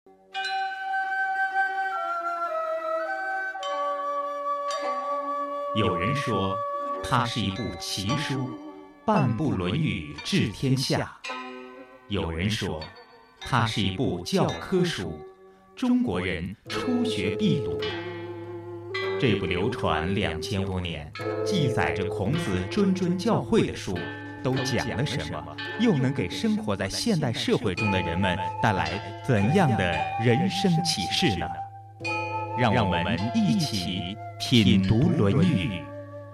有人说，它是一部奇书，半部《论语》治天下；有人说，它是一部教科书，中国人初学必读。这部流传2000多年，记载着孔子谆谆教诲的书，都讲了什么？又能给生活在现代社会中的人们带来怎样的人生启示呢？让我们一起品读《论语》。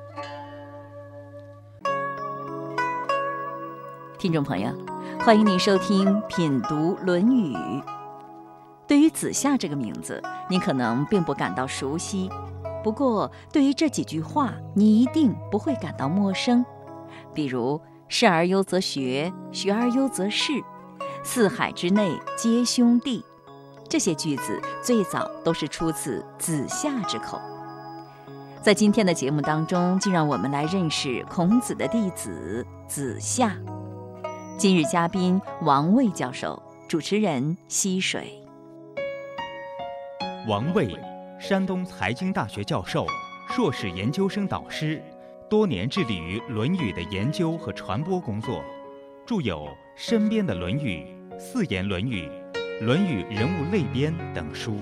听众朋友，欢迎您收听《品读论语》。对于子夏这个名字，您可能并不感到熟悉，不过对于这几句话，你一定不会感到陌生。比如“事而优则学，学而优则仕，四海之内皆兄弟”，这些句子最早都是出自子夏之口。在今天的节目当中，就让我们来认识孔子的弟子子夏。今日嘉宾王卫教授，主持人溪水。 王卫，山东财经大学教授，硕士研究生导师，多年致力于《论语》的研究和传播工作，著有《身边的论语》《四言论语》《论语人物类编》等书。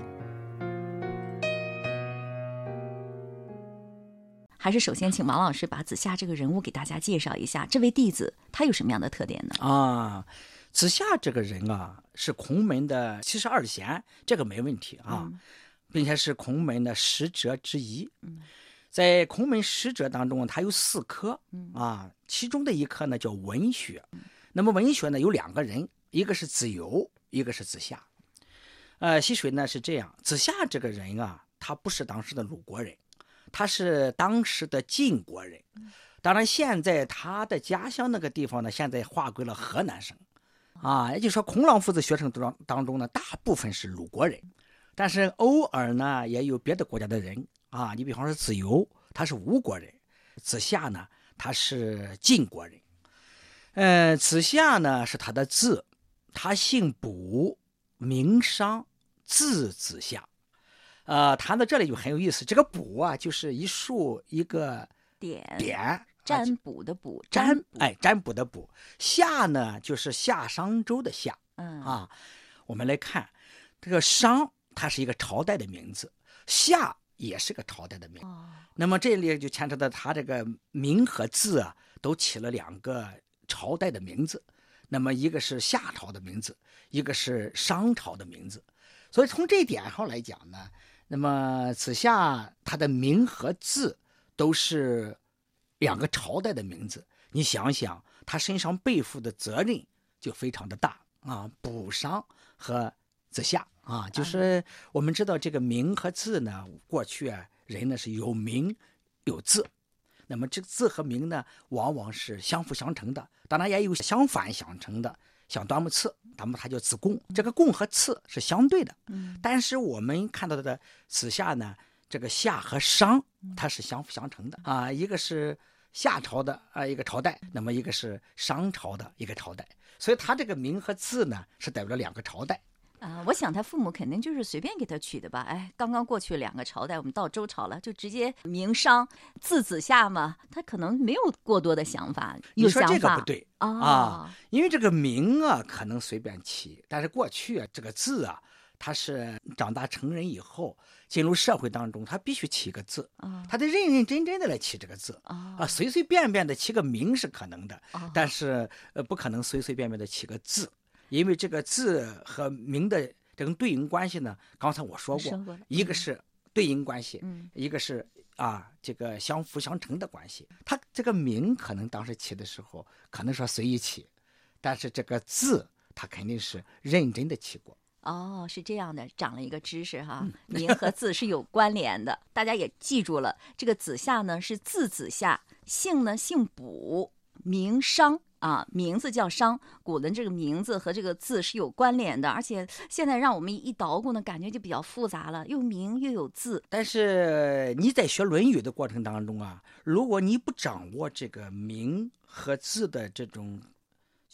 还是首先请王老师把子夏这个人物给大家介绍一下，这位弟子他有什么样的特点呢？ 子夏这个人是孔门的72贤，这个没问题并且是孔门的10哲之一。在孔门10哲当中，它有4科其中的一科呢叫文学。那么文学呢有2个人，一个是子游，一个是子夏。溪水呢是这样，子夏这个人他不是当时的鲁国人，他是当时的晋国人。当然现在他的家乡那个地方呢，现在划归了河南省也就是说孔朗父子学生当中呢，大部分是鲁国人，但是偶尔呢也有别的国家的人你比方说子游他是吴国人，子夏呢他是晋国人。子夏呢是他的字，他姓卜，名商，字子夏。谈到这里就很有意思，这个卜就是一竖一个点， 占卜的卜， 占卜的卜。夏呢就是夏商周的夏。我们来看这个商，它是一个朝代的名字，夏也是个朝代的名字。那么这里就牵扯到他这个名和字都起了2个朝代的名字，那么一个是夏朝的名字，一个是商朝的名字。所以从这一点上来讲呢，那么子夏他的名和字都是2个朝代的名字。你想想他身上背负的责任就非常的大卜商和子夏就是我们知道这个名和字呢，过去人呢是有名有字，那么这个字和名呢往往是相辅相成的，当然也有相反相成的，像端木赐，咱们它叫子贡，这个贡和赐是相对的。但是我们看到的子夏呢，这个夏和商它是相辅相成的一个是夏朝的一个朝代，那么一个是商朝的一个朝代，所以他这个名和字呢是代表了2个朝代。 我想他父母肯定就是随便给他取的吧。刚刚过去2个朝代，我们到周朝了，就直接名商字子夏嘛，他可能没有过多的想法。 你说这个不对因为这个名可能随便起，但是过去这个字他是长大成人以后进入社会当中，他必须起一个字他得认认真真的来起这个字随随便便的起个名是可能的但是不可能随随便便的起个字，因为这个字和名的这种对应关系呢，刚才我说过一个是对应关系一个是这个相辅相成的关系。他这个名可能当时起的时候可能说随意起，但是这个字他肯定是认真的起过。 是这样的，长了一个知识名和字是有关联的大家也记住了，这个子夏呢是字子夏，姓呢姓卜，名商名字叫商，古人这个名字和这个字是有关联的，而且现在让我们一捣鼓呢，感觉就比较复杂了，又名又有字。 但是你在学《论语》的过程当中如果你不掌握这个名和字的这种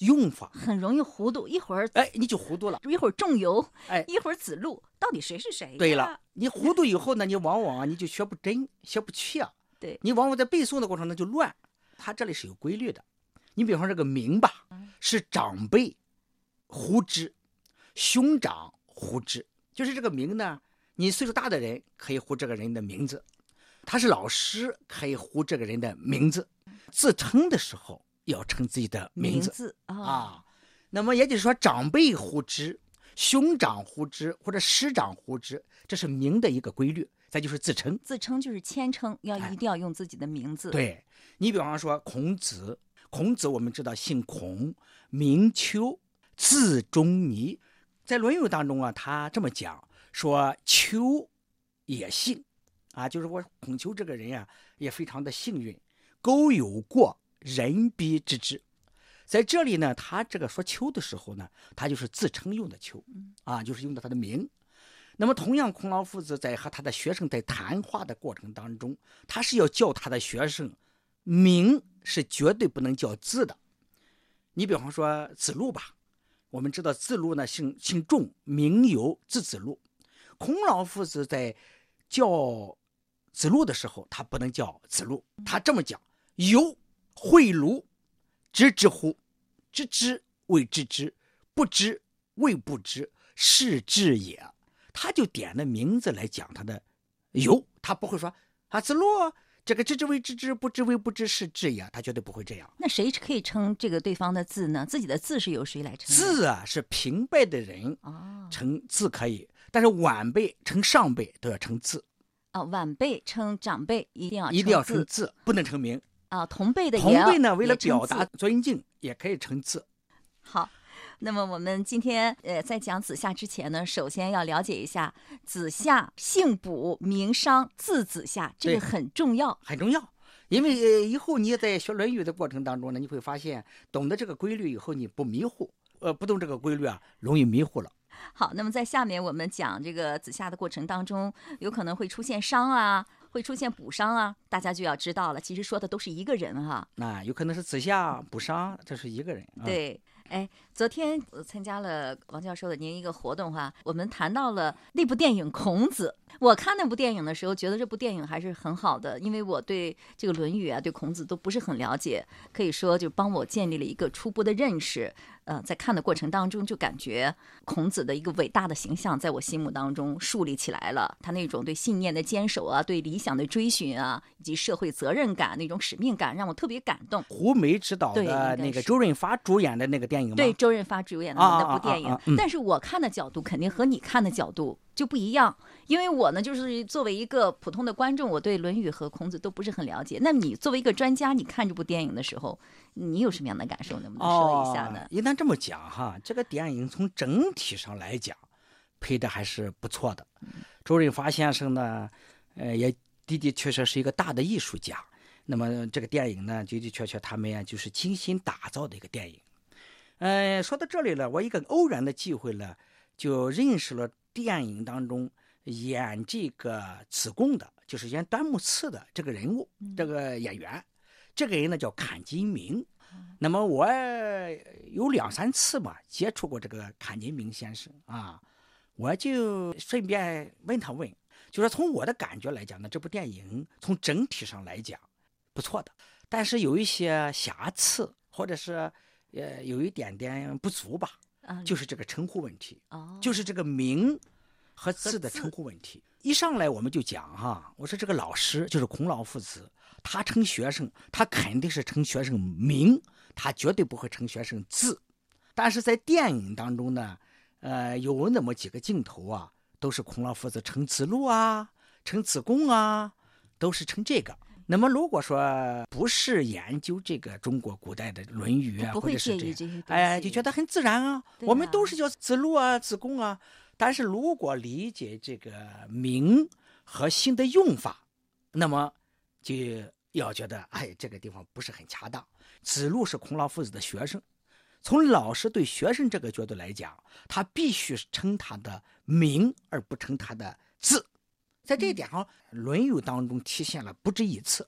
用法， 很容易糊涂，一会儿你就糊涂了， 一会儿仲由，一会儿子路，到底谁是谁呀？ 对了，你糊涂以后呢，你往往你就学不真，学不确， 对， 你往往在背诵的过程中就乱。它这里是有规律的。你比方说这个名吧，是长辈呼之，兄长呼之，就是这个名呢，你岁数大的人可以呼这个人的名字，他是老师可以呼这个人的名字，自称的时候要称自己的名字啊。那么也就是说，长辈呼之，兄长呼之，或者师长呼之，这是名的一个规律。再就是自称， 自称就是谦称，一定要用自己的名字。 对，你比方说孔子，孔子我们知道姓孔，名丘，字仲尼。在《论语》当中啊，他这么讲说，丘也幸啊，就是我孔丘这个人啊，也非常的幸运。苟有过，人必知之。在这里呢，他这个说丘的时候呢，他就是自称用的丘啊，就是用的他的名。那么同样，孔老夫子在和他的学生在谈话的过程当中，他是要教他的学生名是绝对不能叫字的。你比方说子路吧，我们知道子路呢姓仲，名由，字子路。孔老夫子在叫子路的时候，他不能叫子路，他这么讲：由诲庐，知之乎？知之谓知之，不知谓不知，是知也。他就点了名字来讲他的由，他不会说子路这个知之为知之，不知为不知，是知也，他绝对不会这样。 那谁可以称这个对方的字呢？自己的字是由谁来称？ 字啊，是平辈的人称字可以，但是晚辈称上辈都要称字。 晚辈称长辈一定要称字，不能称名。 同辈的同辈呢，为了表达尊敬，也可以称字。 好。那么我们今天在讲子夏之前呢，首先要了解一下子夏姓卜，名商，字子夏，这个很重要， 很重要。因为以后你在学《论语》的过程当中呢，你会发现，懂得这个规律以后，你不迷糊，不懂这个规律啊，容易迷糊了。 好，那么在下面我们讲这个子夏的过程当中，有可能会出现商啊，会出现卜商啊，大家就要知道了，其实说的都是一个人哈。 有可能是子夏、卜商，这是一个人。 对。昨天我参加了王教授的您一个活动哈，我们谈到了那部电影《孔子》。我看那部电影的时候，觉得这部电影还是很好的，因为我对这个《论语》啊，对孔子都不是很了解，可以说就帮我建立了一个初步的认识。在看的过程当中，就感觉孔子的一个伟大的形象在我心目当中树立起来了。他那种对信念的坚守啊，对理想的追寻啊，以及社会责任感那种使命感，让我特别感动。 胡梅执导的那个周润发主演的那个电影吗？ 对，周润发主演的那部电影。但是我看的角度肯定和你看的角度就不一样，因为我呢就是作为一个普通的观众，我对《论语》和孔子都不是很了解。那么你作为一个专家，你看这部电影的时候，你有什么样的感受？能不能说一下呢？ 应当这么讲哈，这个电影从整体上来讲，配的还是不错的。周润发先生呢，也的的确确是一个大的艺术家。那么这个电影呢，的的确确他们就是精心打造的一个电影。说到这里了，我一个偶然的机会呢，就认识了电影当中演这个子贡的，就是演端木赐的这个人物，这个演员，这个人呢叫阚金明。那么我有2-3次吧接触过这个阚金明先生啊，我就顺便问他就是从我的感觉来讲呢，这部电影从整体上来讲不错的，但是有一些瑕疵，或者是有一点点不足吧，就是这个称呼问题，就是这个名和字的称呼问题。一上来我们就讲哈，我说这个老师就是孔老夫子，他称学生，他肯定是称学生名，他绝对不会称学生字。但是在电影当中呢，有那么几个镜头啊，都是孔老夫子称子路啊，称子贡啊，都是称这个。那么如果说不是研究这个中国古代的《论语》啊，或者是这样，就觉得很自然啊，我们都是叫子路啊、子贡啊。但是如果理解这个名和姓的用法，那么就要觉得这个地方不是很恰当。子路是孔老夫子的学生，从老师对学生这个角度来讲，他必须称他的名而不称他的字。在这一点上，《论语》当中体现了不止一次。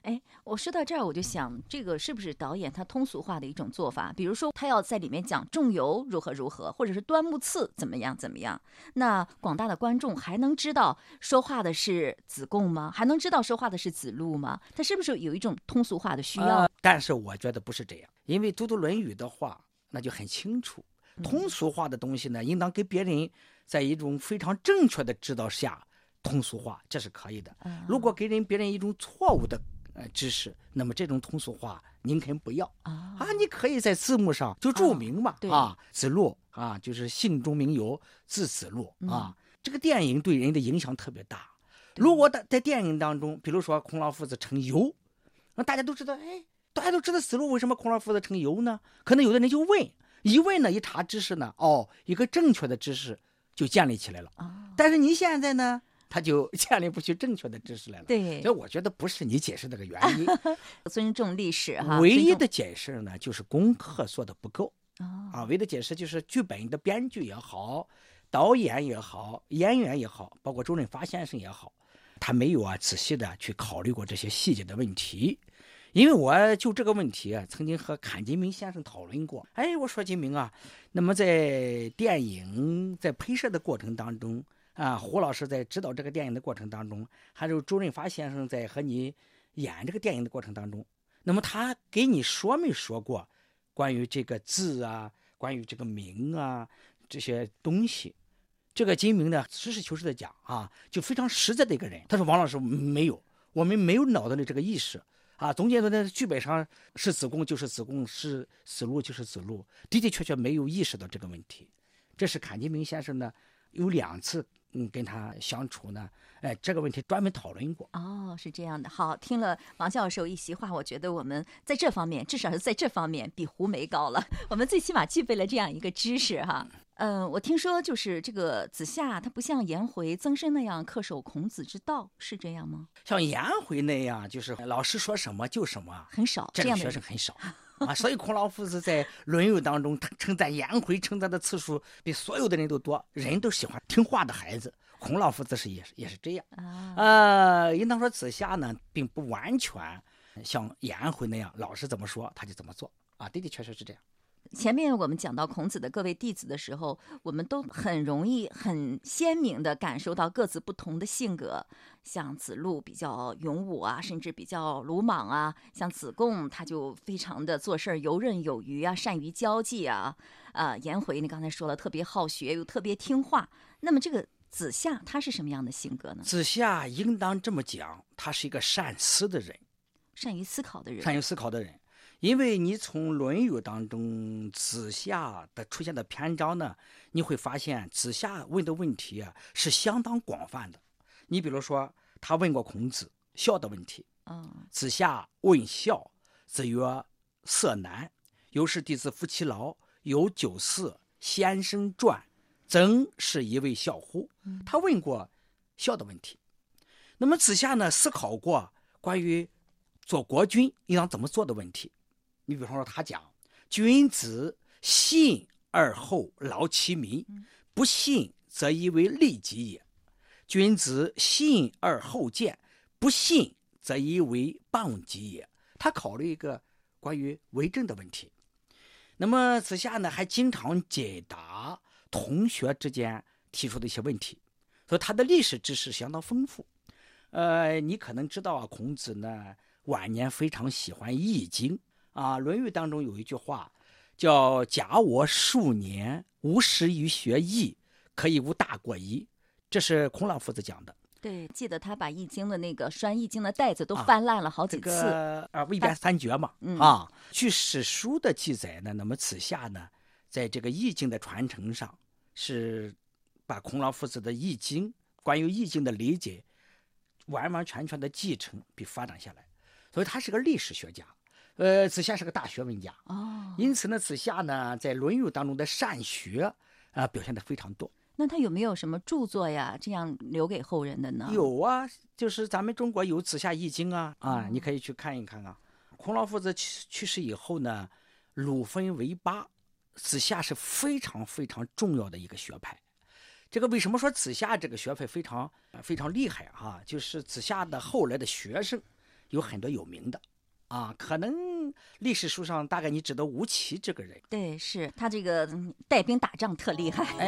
哎，我说到这儿，我就想，这个是不是导演他通俗化的一种做法？比如说，他要在里面讲仲由如何如何，或者是端木赐怎么样怎么样，那广大的观众还能知道说话的是子贡吗？还能知道说话的是子路吗？他是不是有一种通俗化的需要？ 但是我觉得不是这样，因为读论语的话，那就很清楚，通俗化的东西呢，应当给别人在一种非常正确的指导下通俗化，这是可以的。如果给别人一种错误的知识，那么这种通俗化您肯不要你可以在字幕上就注明嘛，子路就是姓中名由，字子路这个电影对人的影响特别大。如果在电影当中，比如说孔老夫子称由，那大家都知道，大家都知道子路为什么孔老夫子称由呢？可能有的人就问，一问呢，一查知识呢，一个正确的知识就建立起来了。但是你现在呢，他就建立不起正确的知识来了。 对， 所以我觉得不是你解释这个原因。 尊重历史唯一的解释呢，就是功课做的不够唯一的解释就是剧本的编剧也好，导演也好，演员也好，包括周润发先生也好，他没有仔细的去考虑过这些细节的问题。因为我就这个问题曾经和阚金明先生讨论过。我说金明那么在电影在拍摄的过程当中胡老师在指导这个电影的过程当中，还有周润发先生在和你演这个电影的过程当中，那么他给你说没说过关于这个字关于这个名这些东西？这个金明呢，实事求是的讲就非常实在的一个人。他说王老师没有，我们没有脑子里这个意识总觉得在剧本上是子贡就是子贡，是子路就是子路，的的确确没有意识到这个问题。这是阚金明先生呢有2次跟他相处呢，这个问题专门讨论过。 是这样的。好，听了王教授一席话，我觉得我们在这方面，至少是在这方面比胡梅高了。我们最起码具备了这样一个知识我听说就是这个子夏他不像颜回、曾参那样恪守孔子之道，是这样吗？ 像颜回那样就是老师说什么就什么， 很少这样的学生很少所以孔老夫子在《论语》当中称赞颜回称赞的次数比所有的人都多，人都喜欢听话的孩子。孔老夫子也是这样应当说子夏呢并不完全像颜回那样，老师怎么说他就怎么做的的确确是这样。 前面我们讲到孔子的各位弟子的时候，我们都很容易很鲜明地感受到各自不同的性格。像子路比较勇武甚至比较鲁莽像子贡他就非常的做事游刃有余善于交际颜回你刚才说了特别好学又特别听话。那么这个子夏他是什么样的性格呢？ 子夏应当这么讲，他是一个善思的人， 善于思考的人。 因为你从《论语》当中子夏的出现的篇章呢，你会发现子夏问的问题是相当广泛的。你比如说他问过孔子孝的问题子夏问孝，子曰：色难，由是弟子夫其劳，有酒肆，先生传，曾是一位孝乎？他问过孝的问题。那么子夏呢思考过关于做国君应当怎么做的问题。你比方说他讲，君子信而后劳其民，不信则以为利己也；君子信而后见，不信则以为谤己也。他考虑一个关于为政的问题。那么子夏呢还经常解答同学之间提出的一些问题，所以他的历史知识相当丰富。你可能知道孔子呢晚年非常喜欢易经《论语》当中有一句话叫假我数年无时于学易，可以无大过矣。这是孔老夫子讲的。 对，记得他把易经的那个拴易经的带子都翻烂了好几次未编三绝嘛据史书的记载呢，那么子夏呢在这个易经的传承上是把孔老夫子的易经关于易经的理解完完全全的继承并发展下来，所以他是个历史学家。子夏是个大学问家因此呢子夏呢在《论语》当中的善学表现得非常多。 那他有没有什么著作这样留给后人的呢？ 有就是咱们中国有子夏易经你可以去看一看孔老夫子去世以后呢，鲁分为8，子夏是非常非常重要的一个学派。这个为什么说子夏这个学派非常非常厉害就是子夏的后来的学生有很多有名的可能历史书上大概你知道吴起这个人。 对，是他这个带兵打仗特厉害。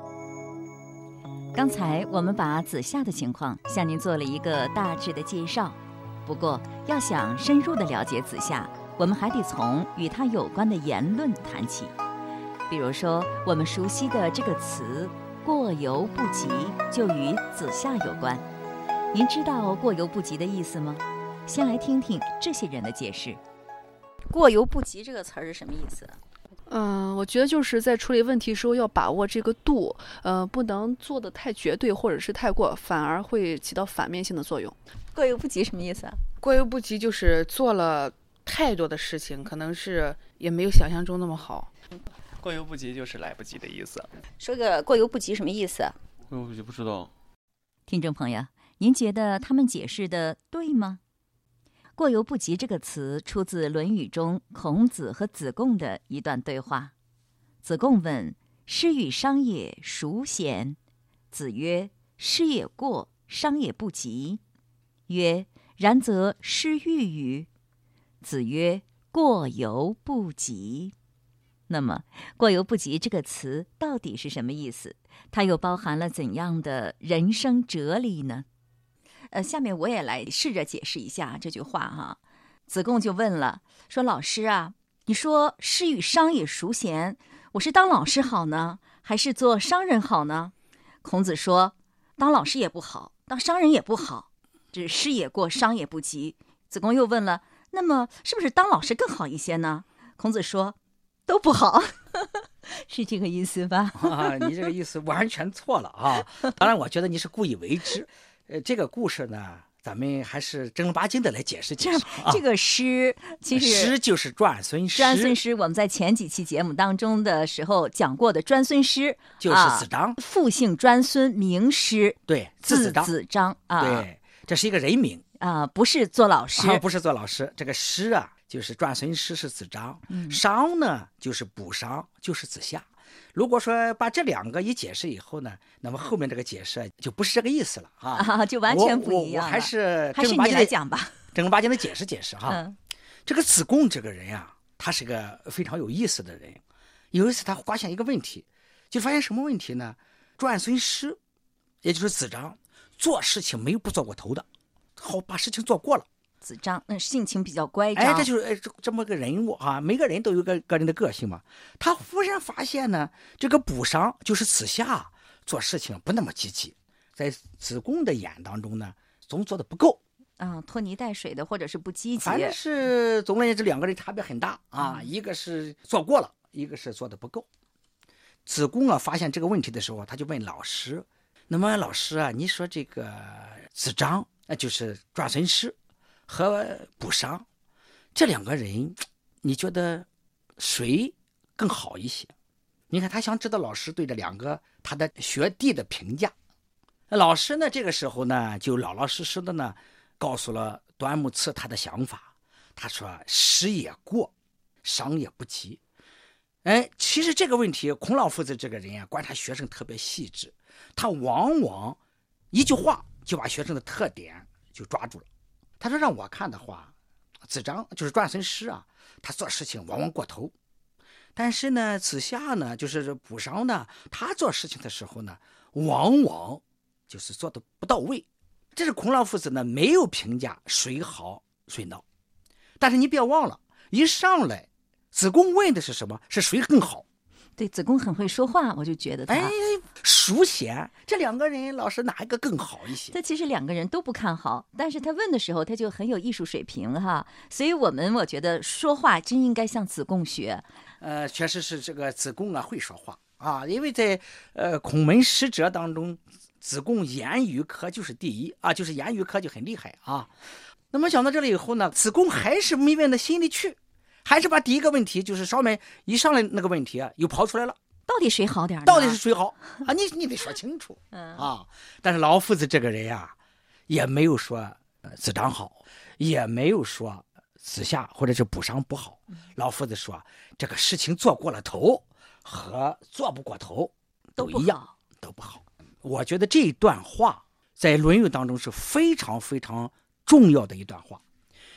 刚才我们把子夏的情况向您做了一个大致的介绍，不过要想深入的了解子夏，我们还得从与他有关的言论谈起。比如说我们熟悉的这个词过犹不及，就与子夏有关。您知道过犹不及的意思吗？先来听听这些人的解释。过犹不及这个词儿是什么意思？ 我觉得就是在处理问题时候要把握这个度，不能做得太绝对或者是太过，反而会起到反面性的作用。 过犹不及什么意思啊？ 过犹不及就是做了太多的事情，可能是也没有想象中那么好。 过犹不及就是来不及的意思。 说个过犹不及什么意思？ 过犹不及不知道。 听众朋友，您觉得他们解释的对吗？过犹不及这个词出自《论语》中孔子和子贡的一段对话。子贡问：“师与商也，孰贤？”子曰：“师也过，商也不及。”曰：“然则师欲与？”子曰：“过犹不及。”那么，过犹不及这个词到底是什么意思？它又包含了怎样的人生哲理呢？下面我也来试着解释一下这句话哈。子贡就问了，说：“老师啊，你说师与商也孰贤？我是当老师好呢，还是做商人好呢？”孔子说：“当老师也不好，当商人也不好，这师也过，商也不及。”子贡又问了，那么是不是当老师更好一些呢？孔子说：“都不好。”是这个意思吧？ 你这个意思完全错了啊！当然，我觉得你是故意为之。这个故事呢，咱们还是正儿八经的来解释解释。 这个诗其实诗就是转孙诗。 转孙诗，我们在前几期节目当中的时候讲过的转孙诗， 就是子张， 父姓转孙，名师， 对， 字子张啊， 对，这是一个人名不是做老师， 不是做老师。这个诗就是转孙诗是子张，商呢就是卜商，就是子夏。如果说把这两个一解释以后呢，那么后面这个解释就不是这个意思了就完全不一样了。 我还是你来讲吧， 正儿八经的解释解释这个子贡这个人他是个非常有意思的人。有一次他发现一个问题，就发现什么问题呢？转孙诗，也就是子张，做事情没有不做过头的，好把事情做过了。 子张性情比较乖张， 这就是这么个人物每个人都有个人的个性嘛。他忽然发现呢，这个卜商就是子夏做事情不那么积极，在子贡的眼当中呢，总做的不够拖泥带水的，或者是不积极。 反正是总而言之，两个人差别很大一个是做过了，一个是做的不够。子贡发现这个问题的时候，他就问老师：“那么老师你说这个子张就是转孙诗和卜商这两个人，你觉得谁更好一些？”你看他想知道老师对这两个他的学弟的评价。老师呢这个时候呢就老老实实的呢告诉了端木赐他的想法。他说：“师也过，商也不及。”其实这个问题孔老夫子这个人观察学生特别细致，他往往一句话就把学生的特点就抓住了。他说：“让我看的话，子张就是转孙诗他做事情往往过头，但是呢子夏呢就是卜商呢，他做事情的时候呢往往就是做的不到位。”这是孔老夫子呢没有评价谁好谁孬，但是你别忘了，一上来子贡问的是什么？是谁更好？ 对，子贡很会说话，我就觉得他孰贤？这两个人老师哪一个更好一些？ 他其实两个人都不看好，但是他问的时候他就很有艺术水平所以我觉得说话真应该向子贡学。 确实是这个子贡会说话因为在孔门十哲当中，子贡言语科就是第一就是言语科就很厉害那么讲到这里以后呢，子贡还是没问到心里去，还是把第一个问题，就是上面一上来那个问题又跑出来了。 到底谁好点呢？ 到底是谁好你得说清楚但是老夫子这个人也没有说子张好，也没有说子夏或者是卜商不好。老夫子说这个事情做过了头和做不过头都一样，都不好。我觉得这一段话在《论语》当中是非常非常重要的一段话。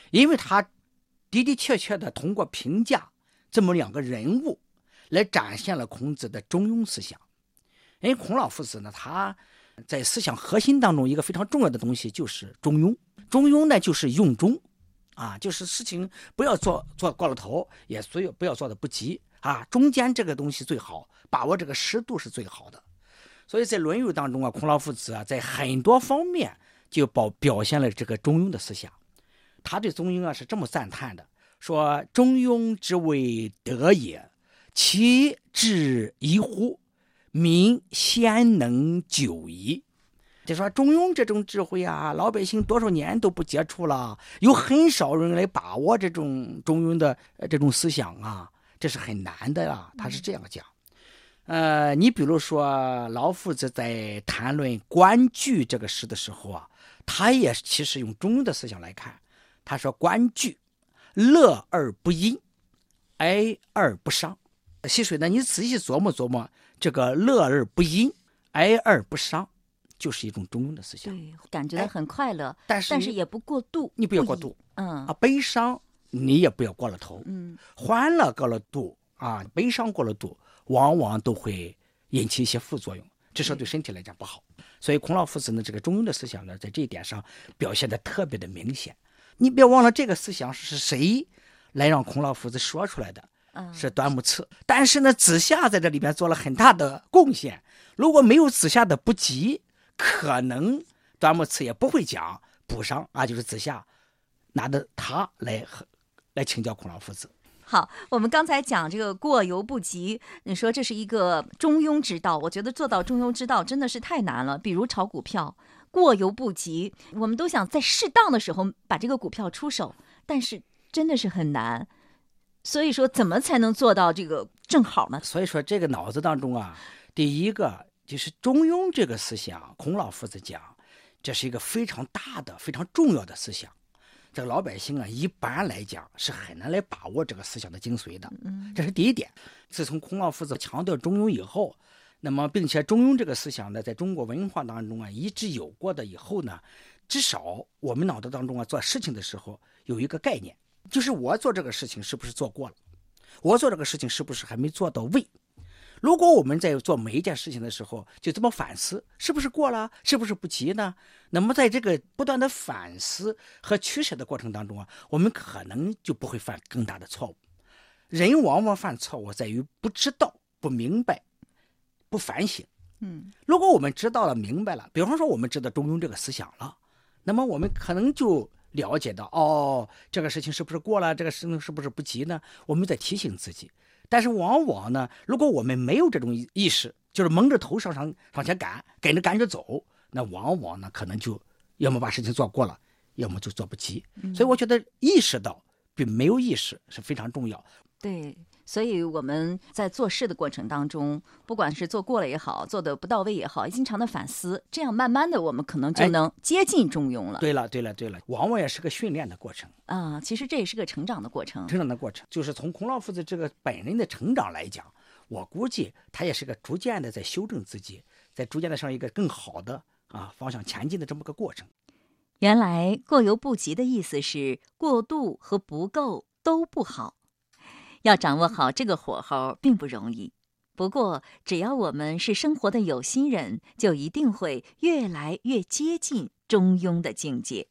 因为他的的确确的通过评价这么两个人物来展现了孔子的中庸思想。因为孔老夫子呢，他在思想核心当中一个非常重要的东西就是中庸。中庸呢就是用中啊，就是事情不要做过了头，也所以不要做的不急啊，中间这个东西最好，把握这个适度是最好的。所以在《论语》当中啊，孔老夫子啊在很多方面就表现了这个中庸的思想。他对中庸啊是这么赞叹的，说中庸之谓德也，其志宜乎？民先能久矣。就说中庸这种智慧啊，老百姓多少年都不接触了，有很少人来把握这种中庸的这种思想啊，这是很难的啊。他是这样讲。你比如说老夫子在谈论观剧这个事的时候啊，他也其实用中庸的思想来看。他说观剧，乐而不淫，哀而不伤。溪水呢，你仔细琢磨琢磨，这个乐而不淫，哀而不伤，就是一种中庸的思想。 对，感觉到很快乐， 但是也不过度， 你不要过度。悲伤你也不要过了头。欢乐过了度啊，悲伤过了度，往往都会引起一些副作用，至少对身体来讲不好。所以孔老夫子呢，这个中庸的思想呢，在这一点上表现得特别的明显。你别忘了，这个思想是谁来让孔老夫子说出来的？是端木赐。但是呢，子夏在这里边做了很大的贡献。如果没有子夏的不及，可能端木赐也不会讲补上啊，就是子夏拿着他来请教孔老夫子。 好，我们刚才讲这个过犹不及，你说这是一个中庸之道，我觉得做到中庸之道真的是太难了。比如炒股票，过犹不及，我们都想在适当的时候把这个股票出手，但是真的是很难。所以说怎么才能做到这个正好呢？ 所以说这个脑子当中啊，第一个就是中庸这个思想，孔老夫子讲，这是一个非常大的非常重要的思想。这个老百姓啊，一般来讲是很难来把握这个思想的精髓的。这是第一点。自从孔老夫子强调中庸以后，那么并且中庸这个思想呢，在中国文化当中啊一直有过的以后呢，至少我们脑袋当中啊做事情的时候有一个概念，就是我做这个事情是不是做过了，我做这个事情是不是还没做到位。如果我们在做每一件事情的时候就这么反思，是不是过了，是不是不及呢？那么在这个不断的反思和取舍的过程当中啊，我们可能就不会犯更大的错误。人往往犯错误在于不知道、不明白、不反省。如果我们知道了、明白了，比方说我们知道中庸这个思想了，那么我们可能就了解到，这个事情是不是过了，这个事情是不是不及呢？我们在提醒自己。但是往往呢，如果我们没有这种意识，就是蒙着头往前赶着走，那往往呢可能就要么把事情做过了，要么就做不及。所以我觉得意识到比没有意识是非常重要。 对，所以我们在做事的过程当中，不管是做过了也好，做的不到位也好，经常的反思，这样慢慢的我们可能就能接近中庸了。 对了，往往也是个训练的过程啊。其实这也是个成长的过程。 就是从孔老夫子这个本人的成长来讲，我估计他也是个逐渐的在修正自己，在逐渐的上一个更好的方向前进的这么个过程。 原来过犹不及的意思是过度和不够都不好。要掌握好这个火候并不容易，不过只要我们是生活的有心人，就一定会越来越接近中庸的境界。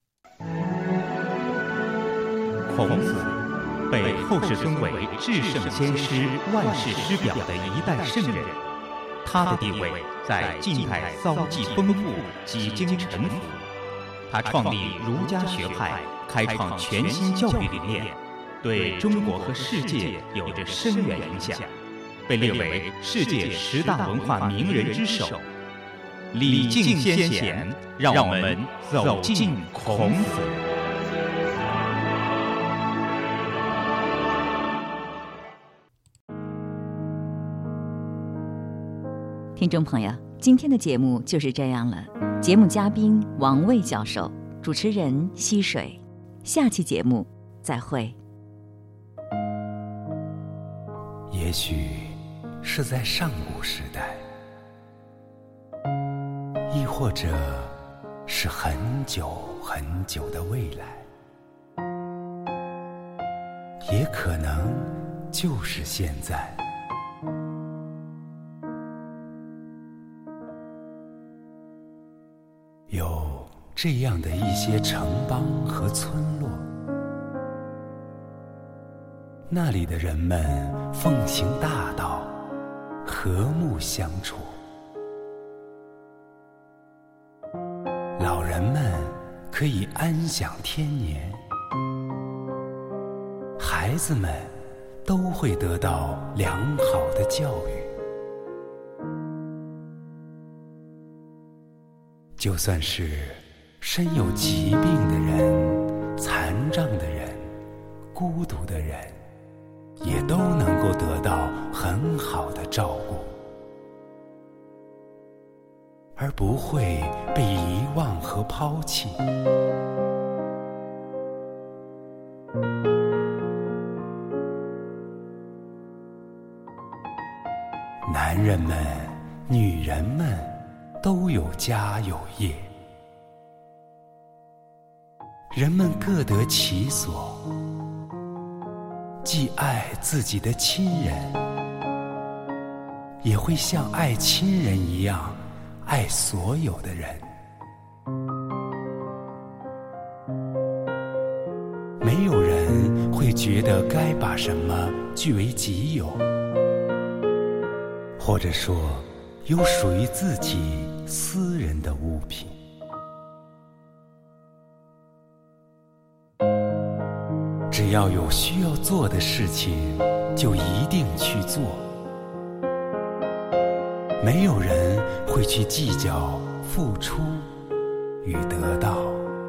孔子被后世尊为至圣先师、万世师表的一代圣人，他的地位在晋代遭际丰富，几经沉浮。他创立儒家学派，开创全新教育理念，对中国和世界有着深远影响，被列为世界10大文化名人之首。礼敬先贤，让我们走进孔子。 听众朋友，今天的节目就是这样了。节目嘉宾王卫教授，主持人溪水。下期节目再会。 也许是在上古时代，亦或者是很久很久的未来， 也可能就是现在。有这样的一些城邦和村落，那里的人们奉行大道，和睦相处。老人们可以安享天年，孩子们都会得到良好的教育。就算是身有疾病的人、残障的人、孤独的人，也都能够得到很好的照顾，而不会被遗忘和抛弃。男人们、女人们都有家有业，人们各得其所，既爱自己的亲人，也会像爱亲人一样爱所有的人。没有人会觉得该把什么据为己有，或者说有属于自己私人的物品。只要有需要做的事情，就一定去做。没有人会去计较付出与得到。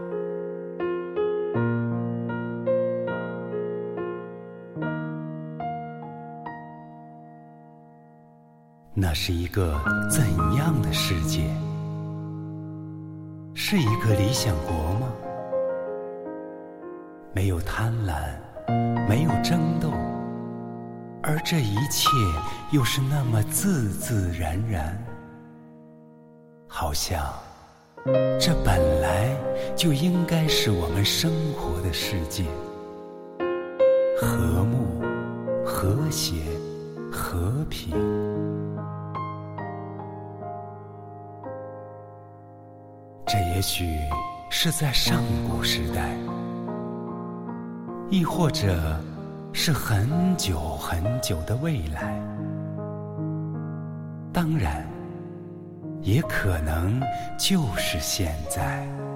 那是一个怎样的世界？是一个理想国吗？没有贪婪，没有争斗，而这一切又是那么自自然然，好像这本来就应该是我们生活的世界，和睦、和谐、和平。这也许是在上古时代，亦或者是很久很久的未来，当然也可能就是现在。